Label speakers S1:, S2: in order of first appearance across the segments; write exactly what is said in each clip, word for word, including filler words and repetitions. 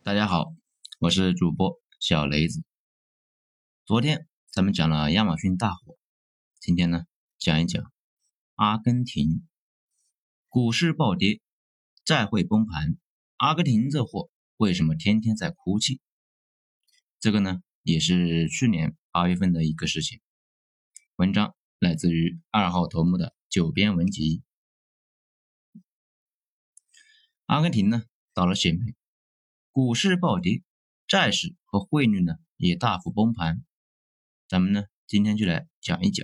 S1: 大家好，我是主播小雷子。昨天咱们讲了亚马逊大火，今天呢讲一讲阿根廷股市暴跌，债会崩盘，阿根廷这货为什么天天在哭泣？这个呢也是去年八月份的一个事情。文章来自于二号头目的九编文集。阿根廷呢倒了血霉，股市暴跌，债市和汇率呢也大幅崩盘。咱们呢今天就来讲一讲。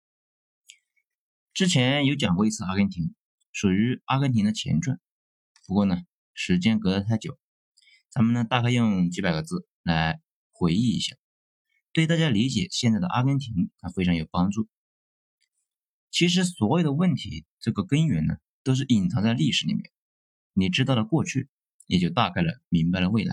S1: 之前有讲过一次阿根廷，属于阿根廷的前传，不过呢时间隔得太久，咱们呢大概用几百个字来回忆一下，对大家理解现在的阿根廷啊非常有帮助。其实所有的问题这个根源呢都是隐藏在历史里面，你知道了过去，也就大概了明白了未来。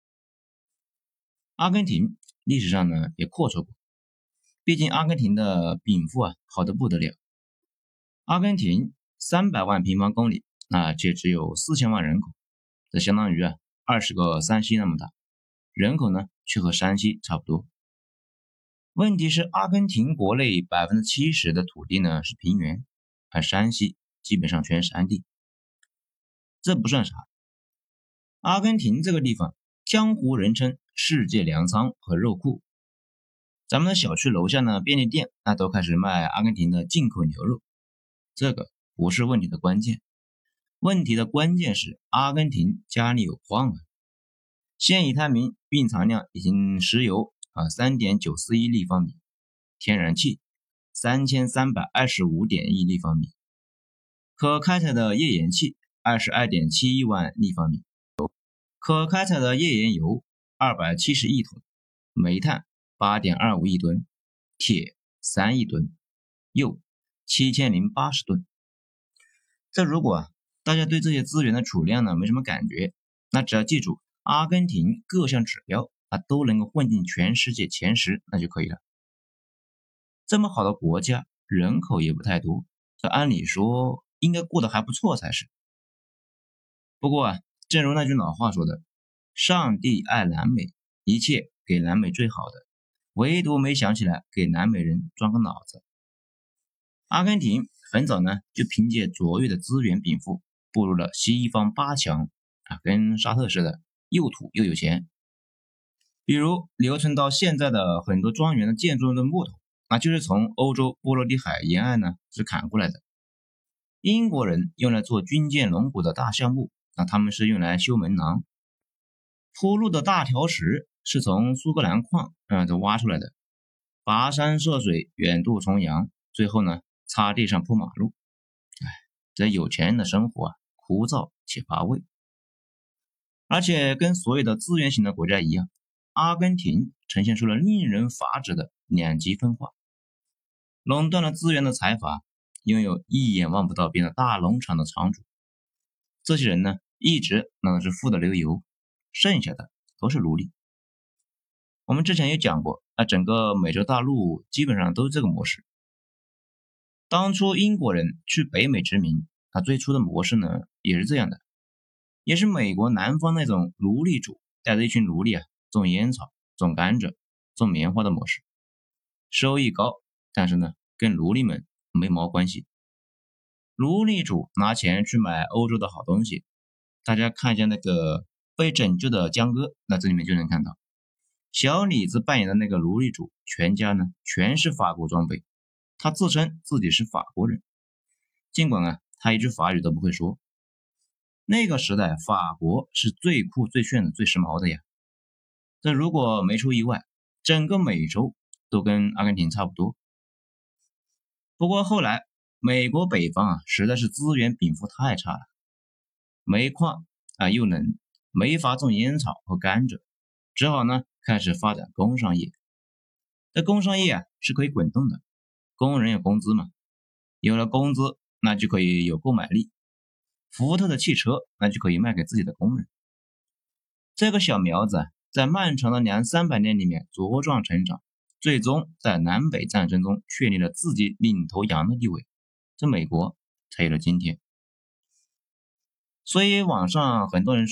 S1: 阿根廷历史上呢也阔绰过，毕竟阿根廷的禀赋啊好得不得了。阿根廷三百万平方公里，那却只有四千万人口，这相当于啊二十个山西那么大，人口呢却和山西差不多。问题是阿根廷国内 百分之七十 的土地呢是平原，而山西基本上全是山地。这不算啥，阿根廷这个地方江湖人称世界粮仓和肉库，咱们的小区楼下呢便利店那都开始卖阿根廷的进口牛肉。这个不是问题的关键，问题的关键是阿根廷家里有矿啊。现已探明蕴藏量已经石油啊 三点九四亿立方米，天然气 三千三百二十五点一立方米，可开采的页岩气 二十二点七亿万立方米，可开采的页岩油二百七十亿桶，煤炭 八点二五亿吨，铁三亿吨，铀七千零八十吨。这如果啊大家对这些资源的储量呢没什么感觉，那只要记住阿根廷各项指标啊都能够混进全世界前十，那就可以了。这么好的国家，人口也不太多，这按理说应该过得还不错才是。不过啊，正如那句老话说的，上帝爱南美，一切给南美最好的，唯独没想起来给南美人装个脑子。阿根廷很早呢就凭借卓越的资源禀赋步入了西方八强啊，跟沙特似的，又土又有钱。比如留存到现在的很多庄园的建筑用的木头，那就是从欧洲波罗的海沿岸呢是砍过来的。英国人用来做军舰龙骨的大橡木，那他们是用来修门廊。铺路的大条石是从苏格兰矿啊这挖出来的。跋山涉水，远渡重洋，最后呢擦地上铺马路。哎，这有钱人的生活啊枯燥且乏味。而且跟所有的资源型的国家一样，阿根廷呈现出了令人发指的两极分化。垄断了资源的财阀，拥有一眼望不到边的大农场的场主，这些人呢一直那都是富得流油，剩下的都是奴隶。我们之前也讲过，那整个美洲大陆基本上都是这个模式。当初英国人去北美殖民，那最初的模式呢也是这样的，也是美国南方那种奴隶主带着一群奴隶啊种烟草、种甘蔗、种棉花的模式，收益高，但是呢跟奴隶们没毛关系。奴隶主拿钱去买欧洲的好东西，大家看一下那个被拯救的江歌，那这里面就能看到小李子扮演的那个奴隶主，全家呢全是法国装备，他自称自己是法国人，尽管啊他一句法语都不会说。那个时代法国是最酷最炫的最时髦的呀。这如果没出意外，整个美洲都跟阿根廷差不多。不过后来美国北方啊实在是资源禀赋太差了，煤矿啊又冷，没法种烟草和甘蔗，只好呢开始发展工商业。这工商业啊是可以滚动的，工人有工资嘛，有了工资那就可以有购买力，福特的汽车那就可以卖给自己的工人。这个小苗子啊在漫长的两三百年里面茁壮成长，最终在南北战争中确立了自己领头羊的地位，这美国才有了今天。所以网上很多人说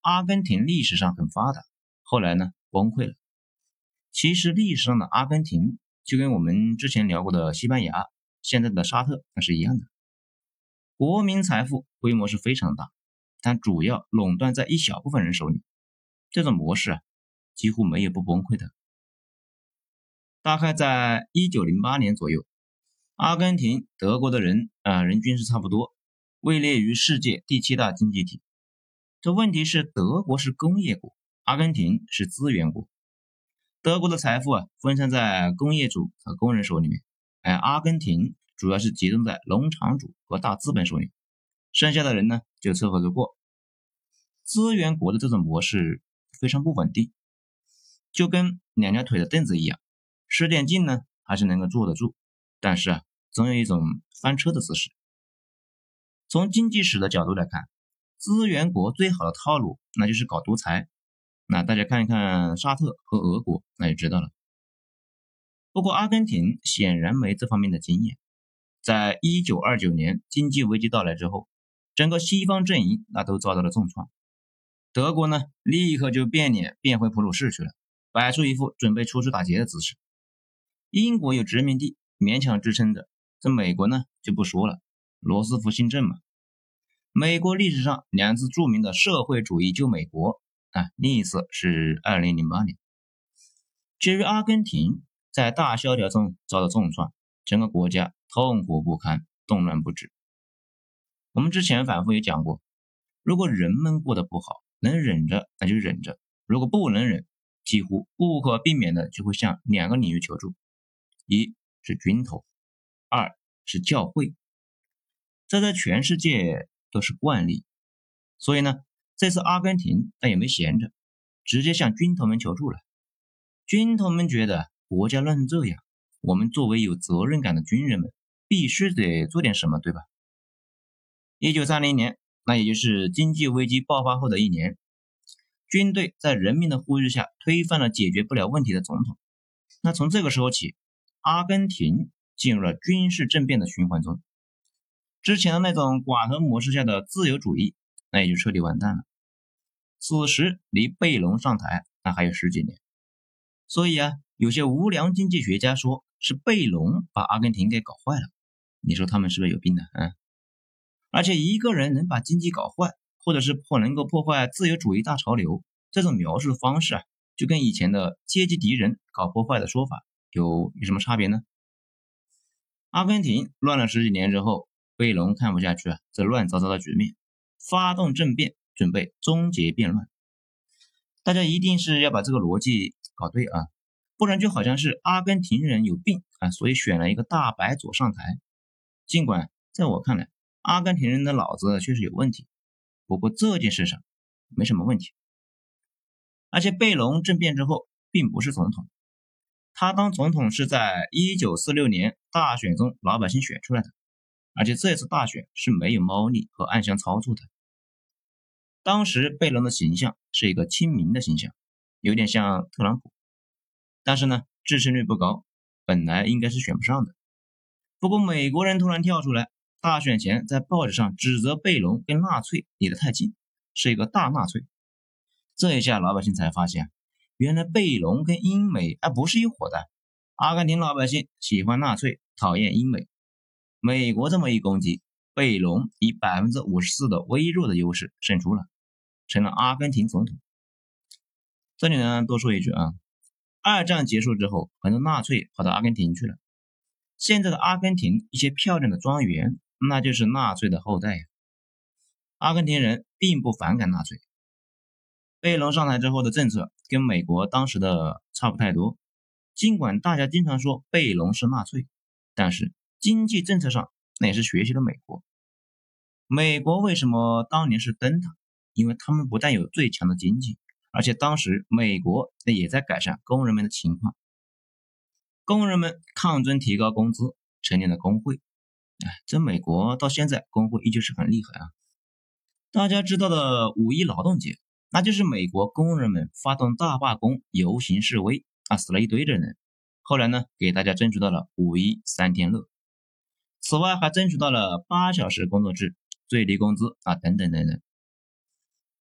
S1: 阿根廷历史上很发达，后来呢崩溃了。其实历史上的阿根廷就跟我们之前聊过的西班牙、现在的沙特那是一样的，国民财富规模是非常大，但主要垄断在一小部分人手里。这种模式啊，几乎没有不崩溃的。大概在一九零八年左右，阿根廷、德国的人啊、呃，人均是差不多，位列于世界第七大经济体。这问题是德国是工业国，阿根廷是资源国。德国的财富啊分散在工业主和工人手里面，而阿根廷主要是集中在农场主和大资本手里，剩下的人呢就凑合着过。资源国的这种模式非常不稳定，就跟两条腿的凳子一样，使点劲呢还是能够坐得住，但是啊总有一种翻车的姿势。从经济史的角度来看，资源国最好的套路那就是搞独裁，那大家看一看沙特和俄国那就知道了。不过阿根廷显然没这方面的经验，在一九二九年经济危机到来之后，整个西方阵营那都遭到了重创。德国呢立刻就变脸变回普鲁士去了，摆出一副准备出出打劫的姿势。英国有殖民地勉强支撑着，这美国呢就不说了，罗斯福新政嘛。美国历史上两次著名的社会主义救美国啊，另一次是二零零八年。至于阿根廷，在大萧条中遭到重创，整个国家痛苦不堪，动乱不止。我们之前反复也讲过，如果人们过得不好，能忍着那就忍着，如果不能忍，几乎不可避免的就会向两个领域求助，一是军头，二是教会。这在全世界都是惯例。所以呢，这次阿根廷那也没闲着，直接向军头们求助了。军头们觉得国家乱成这样，我们作为有责任感的军人们必须得做点什么，对吧？一九三零年，那也就是经济危机爆发后的一年，军队在人民的呼吁下推翻了解决不了问题的总统。那从这个时候起，阿根廷进入了军事政变的循环中。之前的那种寡头模式下的自由主义，那也就彻底完蛋了。此时离贝隆上台那还有十几年，所以啊，有些无良经济学家说是贝隆把阿根廷给搞坏了。你说他们是不是有病呢？啊！而且一个人能把经济搞坏，或者是破能够破坏自由主义大潮流，这种描述的方式啊，就跟以前的阶级敌人搞破坏的说法有有什么差别呢？阿根廷乱了十几年之后，贝隆看不下去啊，这乱糟糟的局面，发动政变，准备终结变乱。大家一定是要把这个逻辑搞对啊，不然就好像是阿根廷人有病啊，所以选了一个大白左上台。尽管在我看来，阿根廷人的脑子确实有问题，不过这件事上没什么问题。而且贝隆政变之后并不是总统，他当总统是在一九四六年大选中老百姓选出来的，而且这次大选是没有猫腻和暗箱操作的。当时贝隆的形象是一个亲民的形象，有点像特朗普，但是呢支持率不高，本来应该是选不上的。不过美国人突然跳出来，大选前在报纸上指责贝隆跟纳粹离得太近，是一个大纳粹。这一下老百姓才发现，原来贝隆跟英美还不是一伙的。阿根廷老百姓喜欢纳粹，讨厌英美。美国这么一攻击，贝隆以 百分之五十四 的微弱的优势胜出了，成了阿根廷总统。这里呢多说一句啊，二战结束之后，很多纳粹跑到阿根廷去了。现在的阿根廷一些漂亮的庄园，那就是纳粹的后代呀。阿根廷人并不反感纳粹。贝隆上台之后的政策跟美国当时的差不太多，尽管大家经常说贝隆是纳粹，但是经济政策上那也是学习了美国。美国为什么当年是灯塔？因为他们不但有最强的经济，而且当时美国也在改善工人们的情况。工人们抗争提高工资，成立了工会。哎，这美国到现在工会依旧是很厉害啊。大家知道的五一劳动节，那就是美国工人们发动大罢工、游行示威啊，死了一堆的人。后来呢，给大家争取到了五一三天乐。此外还争取到了八小时工作制、最低工资啊，等等等等。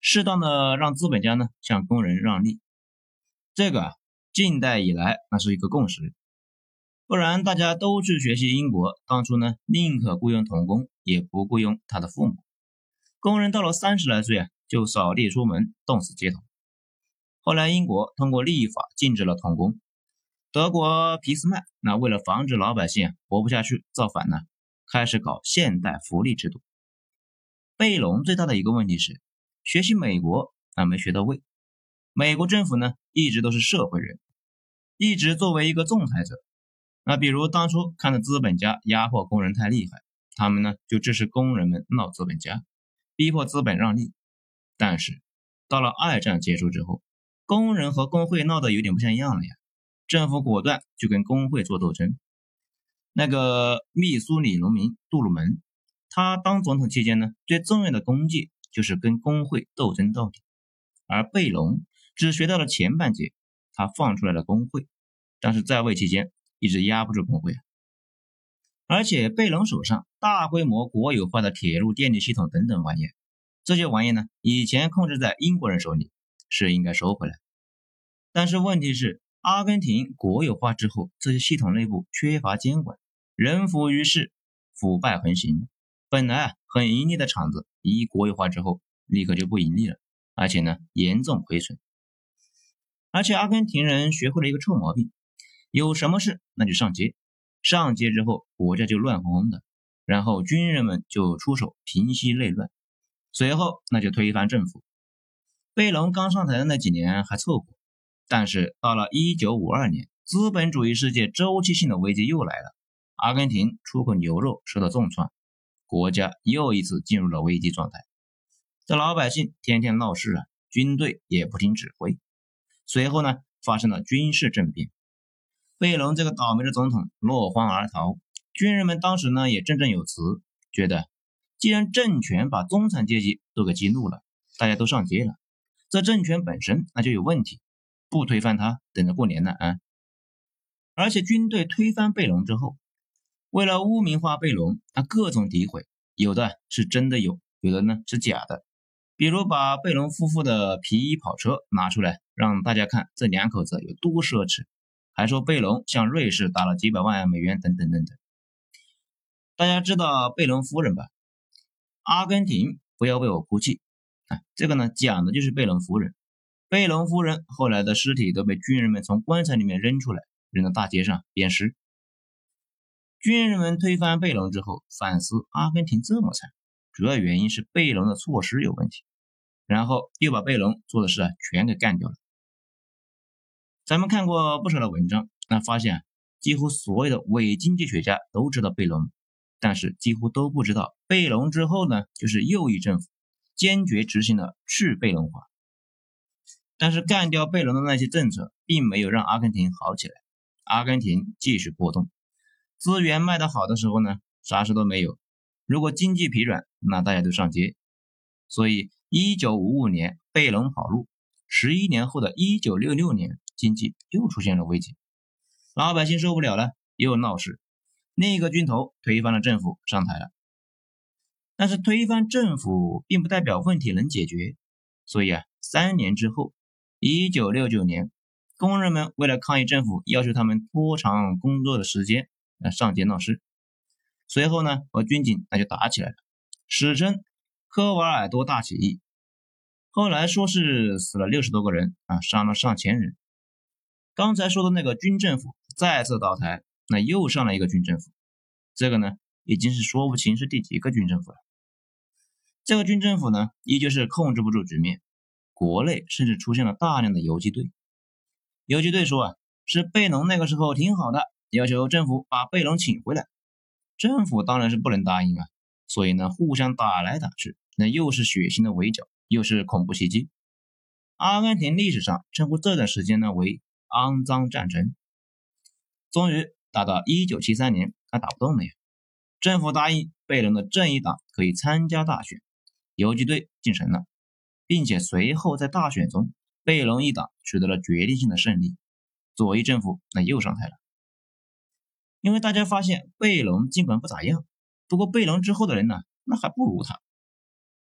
S1: 适当的让资本家呢向工人让利。这个啊，近代以来那是一个共识，不然大家都去学习英国，当初呢宁可雇佣童工，也不雇佣他的父母。工人到了三十来岁啊，就扫地出门，冻死街头。后来英国通过立法禁止了童工，德国俾斯麦那为了防止老百姓活不下去造反呢，开始搞现代福利制度。贝隆最大的一个问题是，学习美国那没学到位。美国政府呢一直都是社会人，一直作为一个仲裁者。那比如当初看到资本家压迫工人太厉害，他们呢就支持工人们闹资本家，逼迫资本让利。但是到了二战结束之后，工人和工会闹得有点不像样了呀，政府果断就跟工会做斗争。那个密苏里农民杜鲁门，他当总统期间呢，最重要的功绩就是跟工会斗争到底。而贝隆只学到了前半节，他放出来了工会，但是在位期间一直压不住工会啊。而且贝隆手上大规模国有化的铁路电力系统等等玩意，这些玩意呢，以前控制在英国人手里，是应该收回来。但是问题是，阿根廷国有化之后，这些系统内部缺乏监管，人浮于事，腐败横行。本来啊很盈利的厂子，一国有化之后，立刻就不盈利了，而且呢严重亏损。而且阿根廷人学会了一个臭毛病，有什么事那就上街，上街之后国家就乱哄哄的，然后军人们就出手平息内乱，随后那就推翻政府。贝隆刚上台的那几年还凑合，但是到了一九五二年，资本主义世界周期性的危机又来了，阿根廷出口牛肉受到重创，国家又一次进入了危机状态。这老百姓天天闹事啊，军队也不听指挥。随后呢，发生了军事政变，贝隆这个倒霉的总统落荒而逃。军人们当时呢也振振有词，觉得既然政权把中产阶级都给激怒了，大家都上街了，这政权本身那就有问题，不推翻它，等着过年呢啊！而且军队推翻贝隆之后，为了污名化贝隆，那各种诋毁，有的是真的有，有的呢是假的。比如把贝隆夫妇的皮衣跑车拿出来，让大家看这两口子有多奢侈，还说贝隆向瑞士打了几百万美元等等等等。大家知道贝隆夫人吧？阿根廷不要为我哭泣啊，这个呢讲的就是贝隆夫人。贝隆夫人后来的尸体都被军人们从棺材里面扔出来，扔到大街上鞭尸。军人们推翻贝隆之后，反思阿根廷这么惨，主要原因是贝隆的措施有问题，然后又把贝隆做的事啊全给干掉了。咱们看过不少的文章，那发现啊，几乎所有的伪经济学家都知道贝隆，但是几乎都不知道贝隆之后呢，就是右翼政府坚决执行了去贝隆化。但是干掉贝隆的那些政策并没有让阿根廷好起来，阿根廷继续波动，资源卖得好的时候呢，啥事都没有，如果经济疲软，那大家都上街。所以一九五五年贝隆跑路，十一年后的一九六六年经济又出现了危机，老百姓受不了了，又闹事，另一个军头推翻了政府上台了。但是推翻政府并不代表问题能解决，所以啊，三年之后一九六九年，工人们为了抗议政府要求他们拖长工作的时间，上街闹事。随后呢，和军警那就打起来了，史称科瓦尔多大起义。后来说是死了六十多个人啊，伤了上千人。刚才说的那个军政府再次倒台，那又上了一个军政府。这个呢，已经是说不清是第几个军政府了。这个军政府呢，依旧是控制不住局面，国内甚至出现了大量的游击队。游击队说啊，是贝隆那个时候挺好的，要求政府把贝隆请回来。政府当然是不能答应啊，所以呢，互相打来打去，那又是血腥的围剿，又是恐怖袭击。阿根廷历史上称呼这段时间呢为肮脏战争。终于打到一九七三年，他打不动了呀。政府答应贝隆的正义党可以参加大选，游击队进城了，并且随后在大选中，贝隆一党取得了决定性的胜利，左翼政府那又上台了。因为大家发现贝隆尽管不咋样，不过贝隆之后的人呢，那还不如他。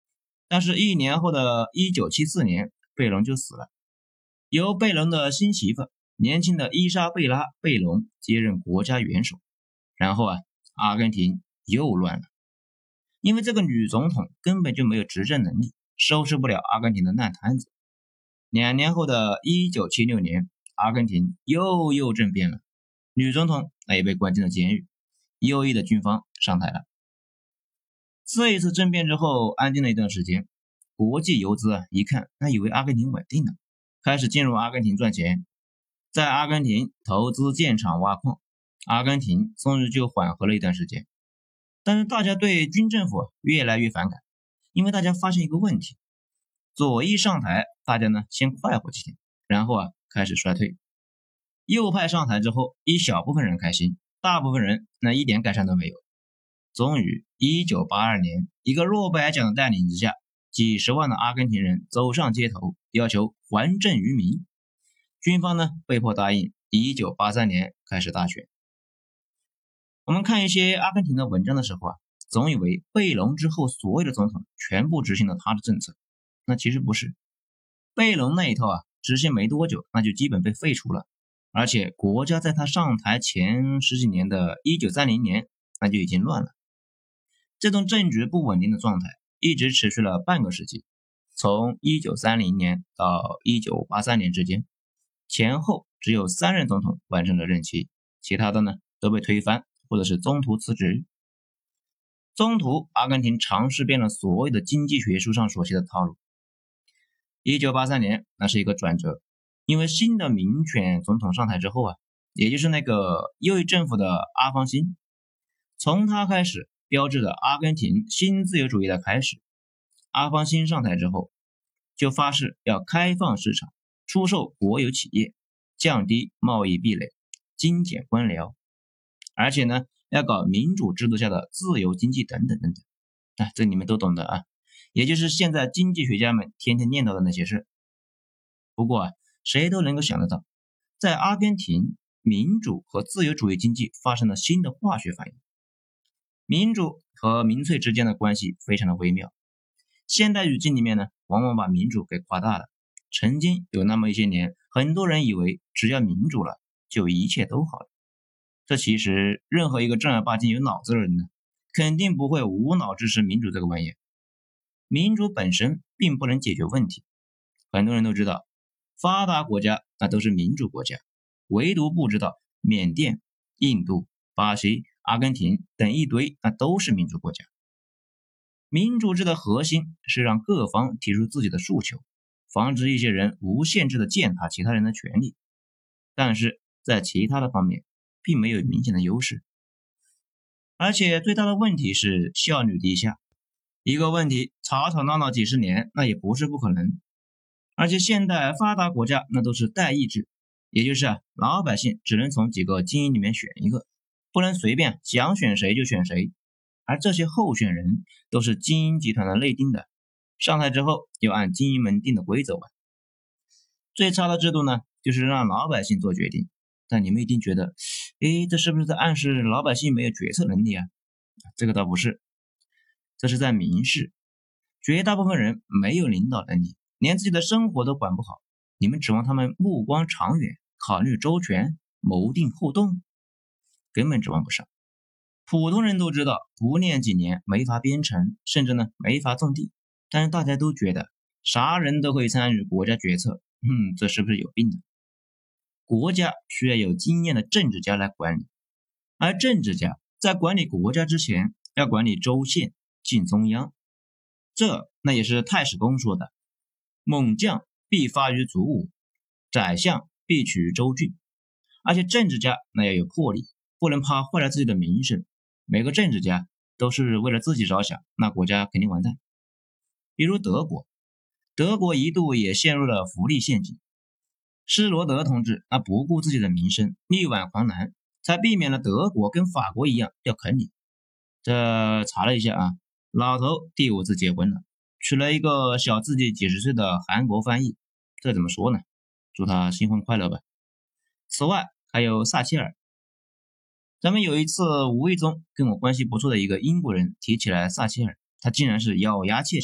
S1: 但是，一年后的一九七四年，贝隆就死了，由贝隆的新媳妇年轻的伊莎贝拉·贝隆接任国家元首。然后啊，阿根廷又乱了，因为这个女总统根本就没有执政能力，收拾不了阿根廷的烂摊子。两年后的一九七六年，阿根廷又又政变了，女总统那也被关进了监狱，右翼的军方上台了。这一次政变之后，安静了一段时间，国际游资啊一看，那以为阿根廷稳定了，开始进入阿根廷赚钱，在阿根廷投资建厂挖矿，阿根廷终于就缓和了一段时间。但是大家对军政府越来越反感，因为大家发现一个问题，左翼上台，大家呢先快活几天，然后啊开始衰退。右派上台之后，一小部分人开心，大部分人那一点改善都没有。终于一九八二年，一个诺贝尔奖的带领之下，几十万的阿根廷人走上街头，要求还政于民。军方呢被迫答应一九八三年开始大选。我们看一些阿根廷的文章的时候啊，总以为贝隆之后所有的总统全部执行了他的政策，那其实不是。贝隆那一套啊，执行没多久，那就基本被废除了。而且国家在他上台前十几年的一九三零年，那就已经乱了。这种政局不稳定的状态一直持续了半个世纪，从一九三零年到一九八三年之间，前后只有三任总统完成了任期，其他的呢都被推翻或者是中途辞职。中途阿根廷尝试遍了所有的经济学书上所写的套路。一九八三年那是一个转折，因为新的民选总统上台之后啊，也就是那个右翼政府的阿方辛，从他开始标志着阿根廷新自由主义的开始。阿方辛上台之后，就发誓要开放市场，出售国有企业，降低贸易壁垒，精简官僚，而且呢要搞民主制度下的自由经济等等等等。啊，这你们都懂的啊，也就是现在经济学家们天天念叨的那些事。不过啊，谁都能够想得到，在阿根廷，民主和自由主义经济发生了新的化学反应。民主和民粹之间的关系非常的微妙，现代语境里面呢，往往把民主给夸大了。曾经有那么一些年，很多人以为只要民主了，就一切都好了。这其实任何一个正儿八经有脑子的人呢，肯定不会无脑支持民主这个玩意。民主本身并不能解决问题。很多人都知道，发达国家那都是民主国家，唯独不知道缅甸、印度、巴西、阿根廷等一堆那都是民主国家。民主制的核心是让各方提出自己的诉求，防止一些人无限制的践踏其他人的权利，但是在其他的方面并没有明显的优势。而且最大的问题是效率低下，一个问题吵吵闹闹几十年那也不是不可能。而且现代发达国家那都是代议制，也就是啊，老百姓只能从几个精英里面选一个，不能随便想选谁就选谁。而这些候选人都是精英集团的内定的，上台之后要按精英们定的规则玩。最差的制度呢，就是让老百姓做决定。但你们一定觉得，诶，这是不是在暗示老百姓没有决策能力啊？这个倒不是，这是在明示绝大部分人没有领导能力，连自己的生活都管不好，你们指望他们目光长远，考虑周全，谋定后动？根本指望不上。普通人都知道，不练几年没法编程，甚至呢没法种地，但是大家都觉得啥人都可以参与国家决策，嗯，这是不是有病呢？国家需要有经验的政治家来管理，而政治家在管理国家之前要管理州县进中央，这那也是太史公说的，猛将必发于卒伍，宰相必取于州郡。而且政治家那要有魄力，不能怕坏了自己的名声。每个政治家都是为了自己着想，那国家肯定完蛋。比如德国，德国一度也陷入了福利陷阱。施罗德同志那不顾自己的名声，力挽狂澜，才避免了德国跟法国一样要啃你。这查了一下啊，老头第五次结婚了，娶了一个小自己几十岁的韩国翻译，这怎么说呢？祝他新婚快乐吧。此外还有撒切尔，咱们有一次无意中跟我关系不错的一个英国人提起来撒切尔，他竟然是咬牙切齿，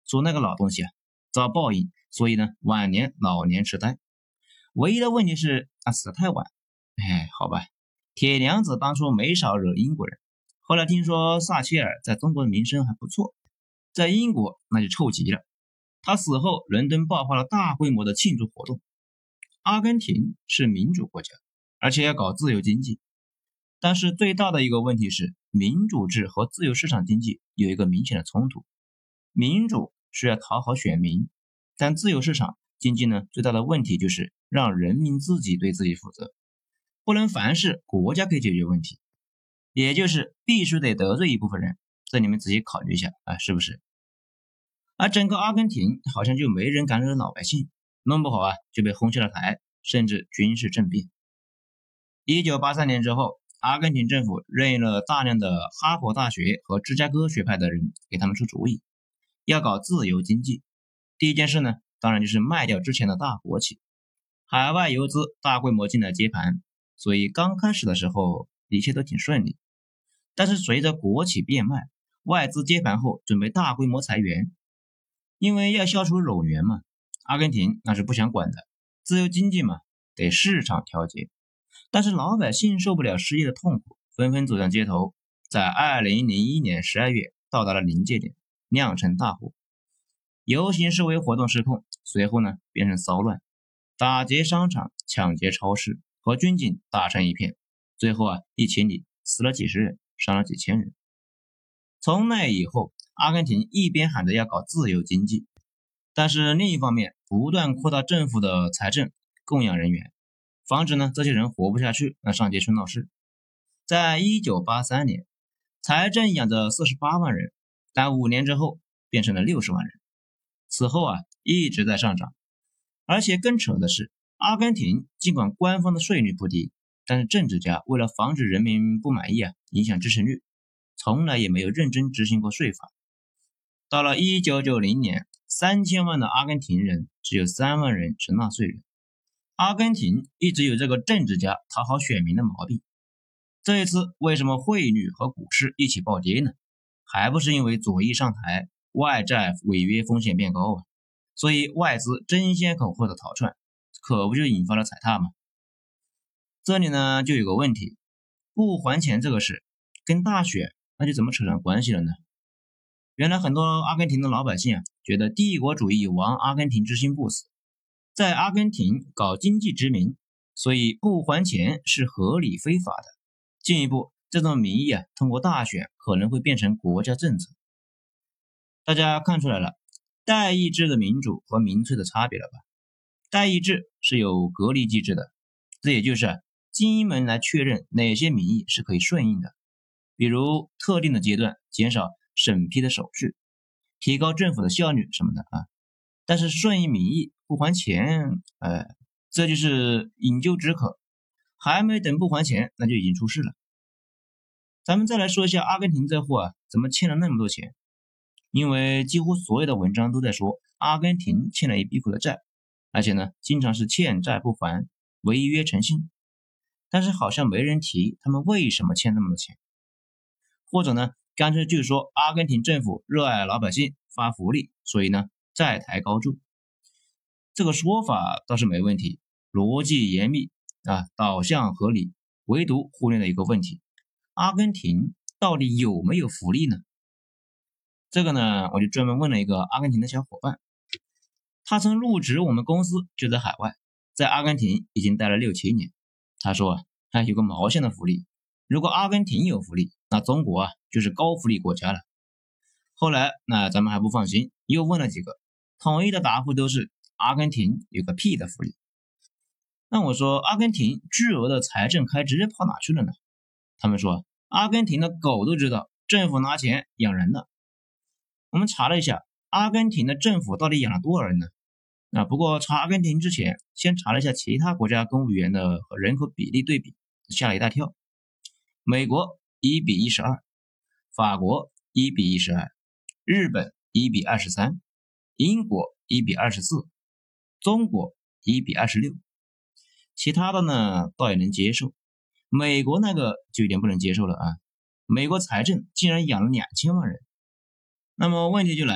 S1: 说那个老东西啊遭报应，所以呢晚年老年痴呆。唯一的问题是他死得太晚。哎，好吧，铁娘子当初没少惹英国人，后来听说撒切尔在中国的名声还不错，在英国那就臭极了。他死后，伦敦爆发了大规模的庆祝活动。阿根廷是民主国家，而且要搞自由经济，但是最大的一个问题是，民主制和自由市场经济有一个明显的冲突。民主是要讨好选民，但自由市场经济呢，最大的问题就是让人民自己对自己负责，不能凡事国家可以解决问题，也就是必须得得罪一部分人。这你们仔细考虑一下啊，是不是？而整个阿根廷好像就没人敢惹老百姓，弄不好啊就被轰下了台，甚至军事政变。一九八三年之后，阿根廷政府任用了大量的哈佛大学和芝加哥学派的人给他们出主意，要搞自由经济。第一件事呢，当然就是卖掉之前的大国企，海外游资大规模进来接盘，所以刚开始的时候一切都挺顺利。但是随着国企变卖，外资接盘后准备大规模裁员，因为要消除冗员嘛，阿根廷那是不想管的，自由经济嘛，得市场调节。但是老百姓受不了失业的痛苦，纷纷走上街头，在二零零一年十二月到达了临界点，酿成大祸。游行示威活动失控，随后呢变成骚乱，打劫商场、抢劫超市，和军警打成一片，最后啊一起里死了几十人，伤了几千人。从那以后，阿根廷一边喊着要搞自由经济，但是另一方面不断扩大政府的财政供养人员，防止呢这些人活不下去，那上街去闹事。在一九八三年，财政养着四十八万人，但五年之后变成了六十万人。此后啊一直在上涨，而且更扯的是，阿根廷尽管官方的税率不低，但是政治家为了防止人民不满意啊，影响支持率，从来也没有认真执行过税法。到了一九九零年，三千万的阿根廷人只有三万人是纳税人。阿根廷一直有这个政治家讨好选民的毛病。这一次为什么汇率和股市一起暴跌呢？还不是因为左翼上台，外债违约风险变高啊，所以外资争先恐后的逃窜，可不就引发了踩踏吗？这里呢就有个问题，不还钱这个事跟大选那就怎么扯上关系了呢？原来很多阿根廷的老百姓啊，觉得帝国主义亡阿根廷之心不死，在阿根廷搞经济殖民，所以不还钱是合理非法的。进一步，这种民意啊，通过大选可能会变成国家政策。大家看出来了，代议制的民主和民粹的差别了吧？代议制是有隔离机制的，这也就是啊，精英们来确认哪些民意是可以顺应的，比如特定的阶段减少审批的手续，提高政府的效率什么的啊。但是顺应民意不还钱，呃，这就是饮鸩止渴，还没等不还钱，那就已经出事了。咱们再来说一下阿根廷这货啊，怎么欠了那么多钱？因为几乎所有的文章都在说阿根廷欠了一笔股的债，而且呢，经常是欠债不还，违约成性。但是好像没人提他们为什么欠那么多钱，或者呢，干脆就是说阿根廷政府热爱老百姓发福利，所以呢债台高筑。这个说法倒是没问题，逻辑严密啊，导向合理，唯独忽略了一个问题，阿根廷到底有没有福利呢？这个呢，我就专门问了一个阿根廷的小伙伴，他曾入职我们公司，就在海外，在阿根廷已经待了六七年。他说啊，他有个毛线的福利，如果阿根廷有福利，那中国啊就是高福利国家了。后来那咱们还不放心，又问了几个，统一的答复都是阿根廷有个屁的福利。那我说阿根廷巨额的财政开支跑哪去了呢？他们说阿根廷的狗都知道政府拿钱养人的。我们查了一下，阿根廷的政府到底养了多少人呢？啊，不过查阿根廷之前，先查了一下其他国家公务员的和人口比例对比，吓了一大跳。美国一比一十二，法国一比一十二，日本一比二十三，英国一比二十四，中国一比二十六。其他的呢，倒也能接受。美国那个就有点不能接受了啊！美国财政竟然养了两千万人。那么问题就来了，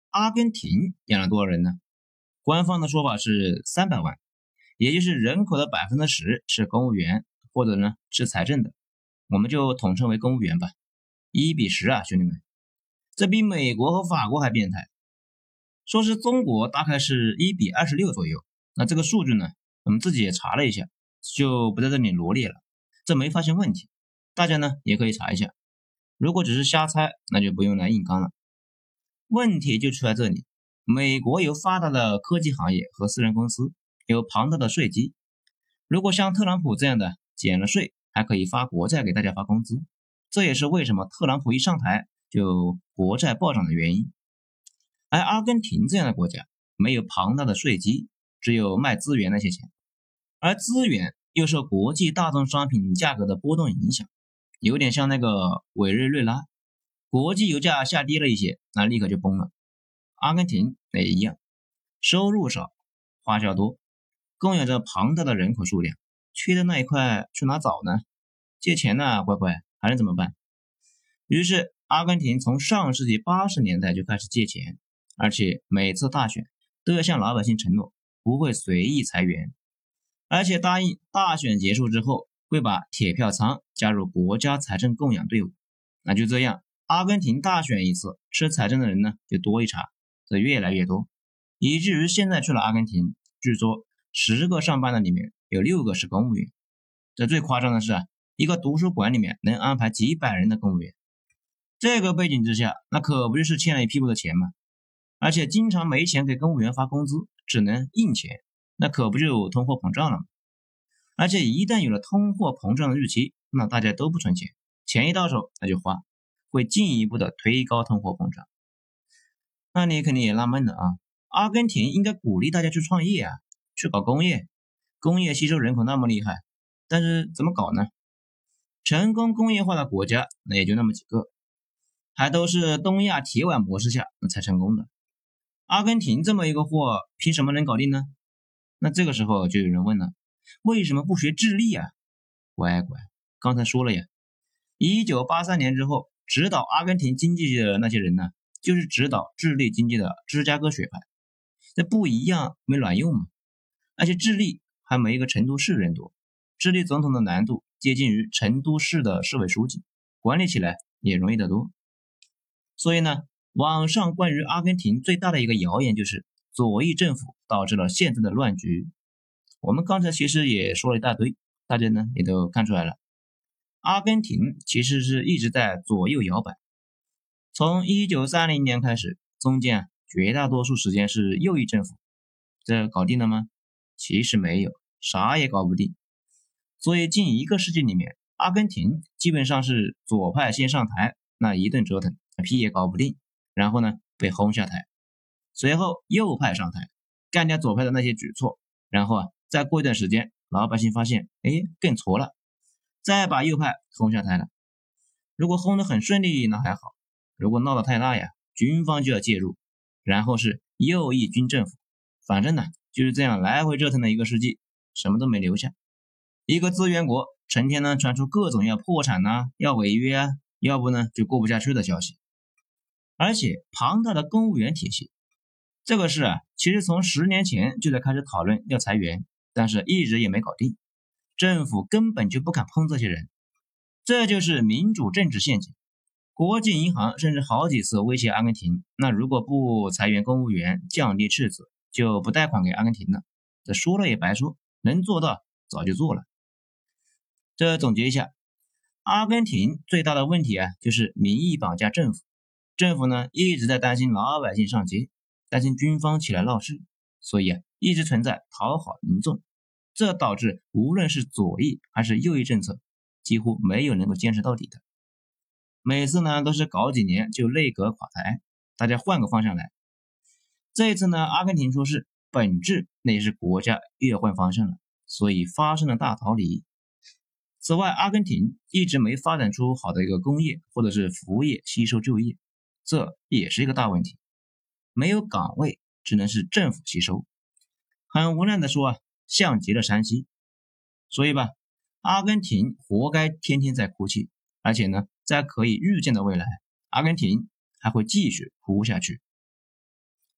S1: 阿根廷养了多少人呢？官方的说法是三百万，也就是人口的百分之十是公务员或者呢是财政的，我们就统称为公务员吧。一比十啊，兄弟们，这比美国和法国还变态。说是中国大概是一比二十六左右，那这个数据呢，我们自己也查了一下，就不在这里罗列了，这没发现问题，大家呢也可以查一下。如果只是瞎猜，那就不用来硬刚了。问题就出在这里，美国有发达的科技行业和私人公司，有庞大的税基。如果像特朗普这样的减了税，还可以发国债给大家发工资，这也是为什么特朗普一上台就国债暴涨的原因。而阿根廷这样的国家没有庞大的税基，只有卖资源那些钱，而资源又受国际大宗商品价格的波动影响，有点像那个委内瑞拉，国际油价下跌了一些，那立刻就崩了。阿根廷也一样，收入少，花销多，共有着庞大的人口数量，缺的那一块去哪找呢？借钱呢，乖乖，还能怎么办？于是阿根廷从上世纪八十年代就开始借钱，而且每次大选都要向老百姓承诺不会随意裁员，而且答应大选结束之后会把铁票仓加入国家财政供养队伍。那就这样，阿根廷大选一次，吃财政的人呢就多一茬，这越来越多，以至于现在去了阿根廷，据说十个上班的里面有六个是公务员。这最夸张的是啊，一个图书馆里面能安排几百人的公务员。这个背景之下，那可不就是欠了一屁股的钱吗？而且经常没钱给公务员发工资，只能印钱，那可不就通货膨胀了吗？而且一旦有了通货膨胀的预期，那大家都不存钱，钱一到手那就花，会进一步的推高通货膨胀。那你肯定也纳闷了啊，阿根廷应该鼓励大家去创业啊，去搞工业，工业吸收人口那么厉害，但是怎么搞呢？成功工业化的国家那也就那么几个，还都是东亚铁腕模式下那才成功的。阿根廷这么一个货，凭什么能搞定呢？那这个时候就有人问了，为什么不学智利啊？乖乖，刚才说了呀，一九八三年之后，指导阿根廷经济的那些人呢，就是指导智利经济的芝加哥学派。这不一样没卵用嘛。而且智利还没一个成都市人多，智利总统的难度接近于成都市的市委书记，管理起来也容易得多。所以呢，网上关于阿根廷最大的一个谣言就是左翼政府导致了现在的乱局。我们刚才其实也说了一大堆，大家呢也都看出来了，阿根廷其实是一直在左右摇摆。从一九三零年开始，中间啊绝大多数时间是右翼政府，这搞定了吗？其实没有，啥也搞不定。所以近一个世纪里面，阿根廷基本上是左派先上台，那一顿折腾，屁也搞不定，然后呢被轰下台，随后右派上台，干掉左派的那些举措，然后啊再过一段时间，老百姓发现，哎，更挫了，再把右派轰下台了。如果轰得很顺利，那还好；如果闹得太大呀，军方就要介入，然后是右翼军政府，反正呢就是这样来回折腾了一个世纪，什么都没留下。一个资源国，成天呢传出各种要破产啊，要违约啊，要不呢就过不下去的消息。而且庞大的公务员体系，这个事啊，其实从十年前就在开始讨论要裁员，但是一直也没搞定，政府根本就不敢碰这些人。这就是民主政治陷阱。国际银行甚至好几次威胁阿根廷，那如果不裁员公务员，降低赤字，就不贷款给阿根廷了。这说了也白说，能做到早就做了。这总结一下，阿根廷最大的问题啊，就是民意绑架政府。政府呢一直在担心老百姓上街，担心军方起来闹事，所以啊一直存在讨好民众，这导致无论是左翼还是右翼政策，几乎没有能够坚持到底的。每次呢都是搞几年就内阁垮台，大家换个方向来。这一次呢，阿根廷出事，本质那也是国家越换方向了，所以发生了大逃离。此外，阿根廷一直没发展出好的一个工业或者是服务业吸收就业，这也是一个大问题。没有岗位，只能是政府吸收。很无奈的说啊，像极了山西。所以吧，阿根廷活该天天在哭泣，而且呢，在可以预见的未来，阿根廷还会继续哭下去。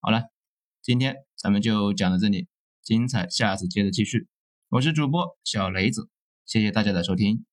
S1: 好了，今天咱们就讲到这里，精彩下次接着继续。我是主播小雷子，谢谢大家的收听。